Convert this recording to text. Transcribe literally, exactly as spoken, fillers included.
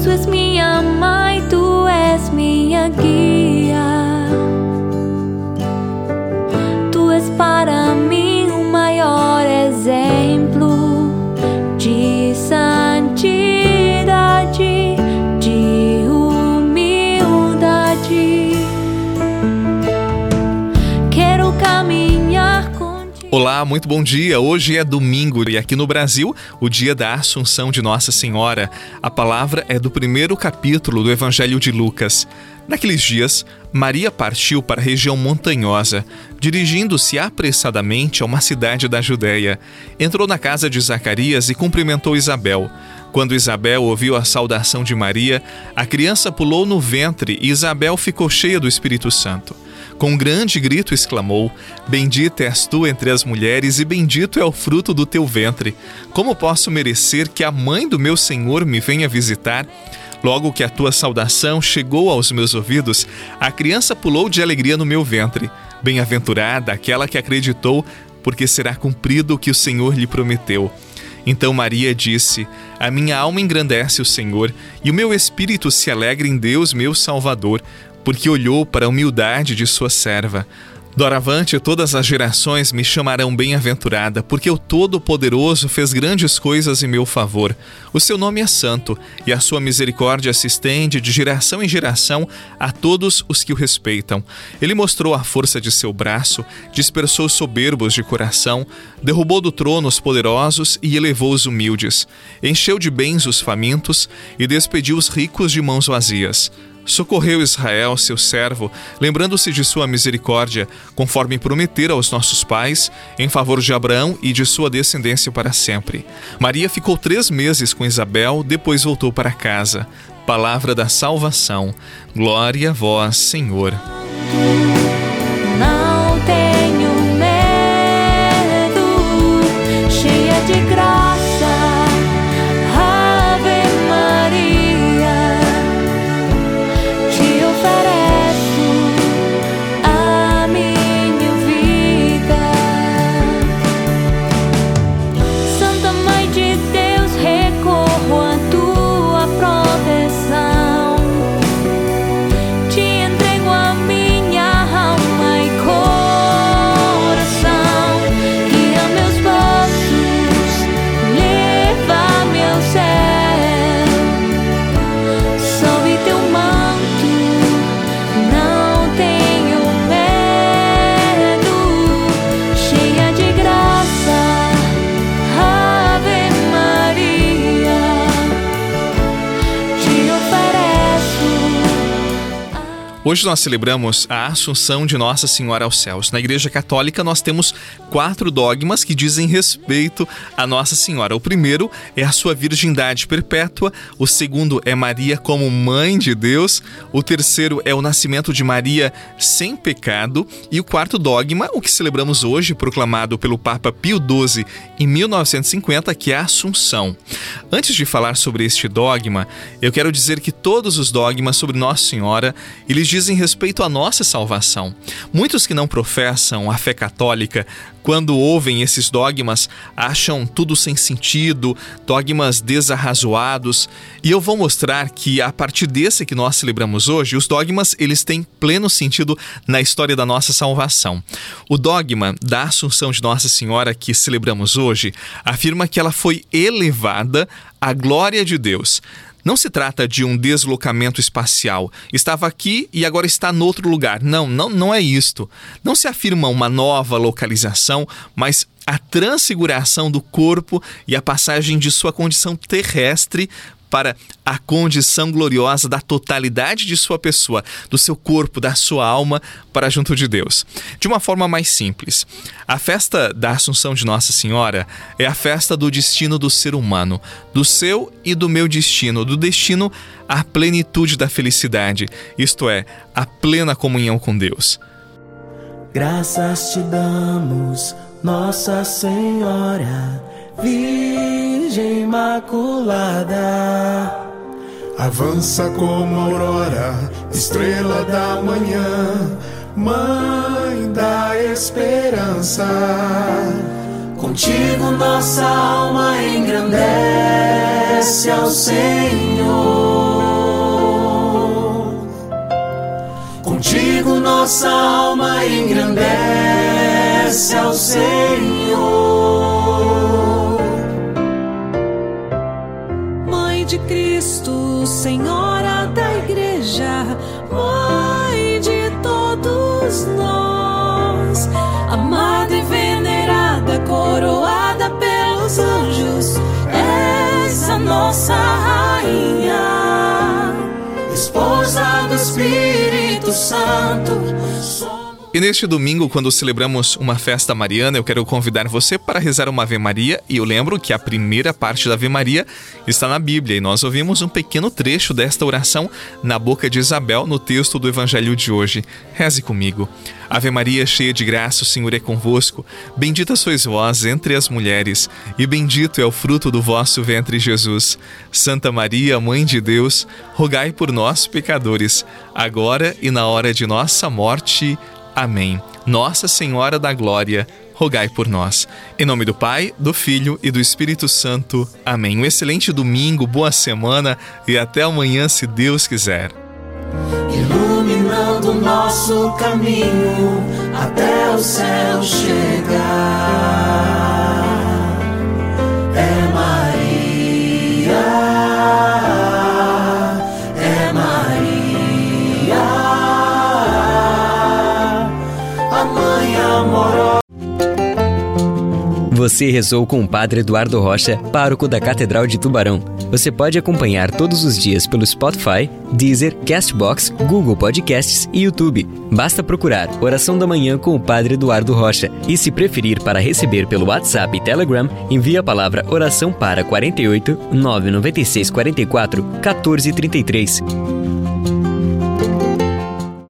Tu és minha mãe, Tu és minha guia. Tu és para mim o maior exemplo de santidade, de humildade. Quero caminhar contigo. Olá, muito bom dia. Hoje é domingo e aqui no Brasil, o dia da Assunção de Nossa Senhora. A palavra é do primeiro capítulo do Evangelho de Lucas. Naqueles dias, Maria partiu para a região montanhosa, dirigindo-se apressadamente a uma cidade da Judéia. Entrou na casa de Zacarias e cumprimentou Isabel. Quando Isabel ouviu a saudação de Maria, a criança pulou no ventre e Isabel ficou cheia do Espírito Santo. Com um grande grito exclamou: Bendita és tu entre as mulheres e bendito é o fruto do teu ventre. Como posso merecer que a mãe do meu Senhor me venha visitar? Logo que a tua saudação chegou aos meus ouvidos, a criança pulou de alegria no meu ventre. Bem-aventurada aquela que acreditou, porque será cumprido o que o Senhor lhe prometeu. Então Maria disse: A minha alma engrandece o Senhor, e o meu espírito se alegra em Deus, meu Salvador, porque olhou para a humildade de sua serva. Doravante todas as gerações me chamarão bem-aventurada, porque o Todo-Poderoso fez grandes coisas em meu favor. O seu nome é santo, e a sua misericórdia se estende de geração em geração a todos os que o respeitam. Ele mostrou a força de seu braço, dispersou os soberbos de coração, derrubou do trono os poderosos e elevou os humildes. Encheu de bens os famintos e despediu os ricos de mãos vazias. Socorreu Israel, seu servo, lembrando-se de sua misericórdia, conforme prometera aos nossos pais, em favor de Abraão e de sua descendência para sempre. Maria ficou três meses com Isabel, depois voltou para casa. Palavra da salvação. Glória a vós, Senhor. Não tenho medo, cheia de graça. Hoje nós celebramos a Assunção de Nossa Senhora aos céus. Na Igreja Católica nós temos quatro dogmas que dizem respeito a Nossa Senhora. O primeiro é a sua virgindade perpétua, o segundo é Maria como mãe de Deus, o terceiro é o nascimento de Maria sem pecado e o quarto dogma, o que celebramos hoje, proclamado pelo Papa Pio doze em mil novecentos e cinquenta, que é a Assunção. Antes de falar sobre este dogma, eu quero dizer que todos os dogmas sobre Nossa Senhora, eles dizem respeito à nossa salvação. Muitos que não professam a fé católica, quando ouvem esses dogmas, acham tudo sem sentido, dogmas desarrazoados, e eu vou mostrar que a partir desse que nós celebramos hoje, os dogmas eles têm pleno sentido na história da nossa salvação. O dogma da Assunção de Nossa Senhora que celebramos hoje afirma que ela foi elevada à glória de Deus. Não se trata de um deslocamento espacial. Estava aqui e agora está em outro lugar. Não, não, não é isto. Não se afirma uma nova localização, mas a transfiguração do corpo e a passagem de sua condição terrestre para a condição gloriosa da totalidade de sua pessoa, do seu corpo, da sua alma, para junto de Deus. De uma forma mais simples, a festa da Assunção de Nossa Senhora é a festa do destino do ser humano, do seu e do meu destino, do destino à plenitude da felicidade, isto é, a plena comunhão com Deus. Graças te damos, Nossa Senhora, Virgem Imaculada. Avança como aurora, estrela da manhã, Mãe da esperança. Contigo nossa alma engrandece ao Senhor. Contigo nossa alma engrandece ao Senhor. Mãe de Cristo, Senhora da Igreja, Mãe de todos nós, amada e venerada, coroada pelos anjos, és a nossa rainha, esposa do Espírito Santo. E neste domingo, quando celebramos uma festa mariana, eu quero convidar você para rezar uma Ave Maria. E eu lembro que a primeira parte da Ave Maria está na Bíblia. E nós ouvimos um pequeno trecho desta oração na boca de Isabel, no texto do Evangelho de hoje. Reze comigo. Ave Maria, cheia de graça, o Senhor é convosco. Bendita sois vós entre as mulheres, e bendito é o fruto do vosso ventre, Jesus. Santa Maria, Mãe de Deus, rogai por nós, pecadores, agora e na hora de nossa morte. Amém. Nossa Senhora da Glória, rogai por nós. Em nome do Pai, do Filho e do Espírito Santo. Amém. Um excelente domingo, boa semana e até amanhã, se Deus quiser. Iluminando nosso caminho até o céu chegar. É Maria, é Maria, a mãe amorosa. Você rezou com o Padre Eduardo Rocha, pároco da Catedral de Tubarão. Você pode acompanhar todos os dias pelo Spotify, Deezer, Castbox, Google Podcasts e YouTube. Basta procurar Oração da Manhã com o Padre Eduardo Rocha. E se preferir para receber pelo WhatsApp e Telegram, envie a palavra oração para quarenta e oito, nove nove seis, quarenta e quatro, quatorze, trinta e três.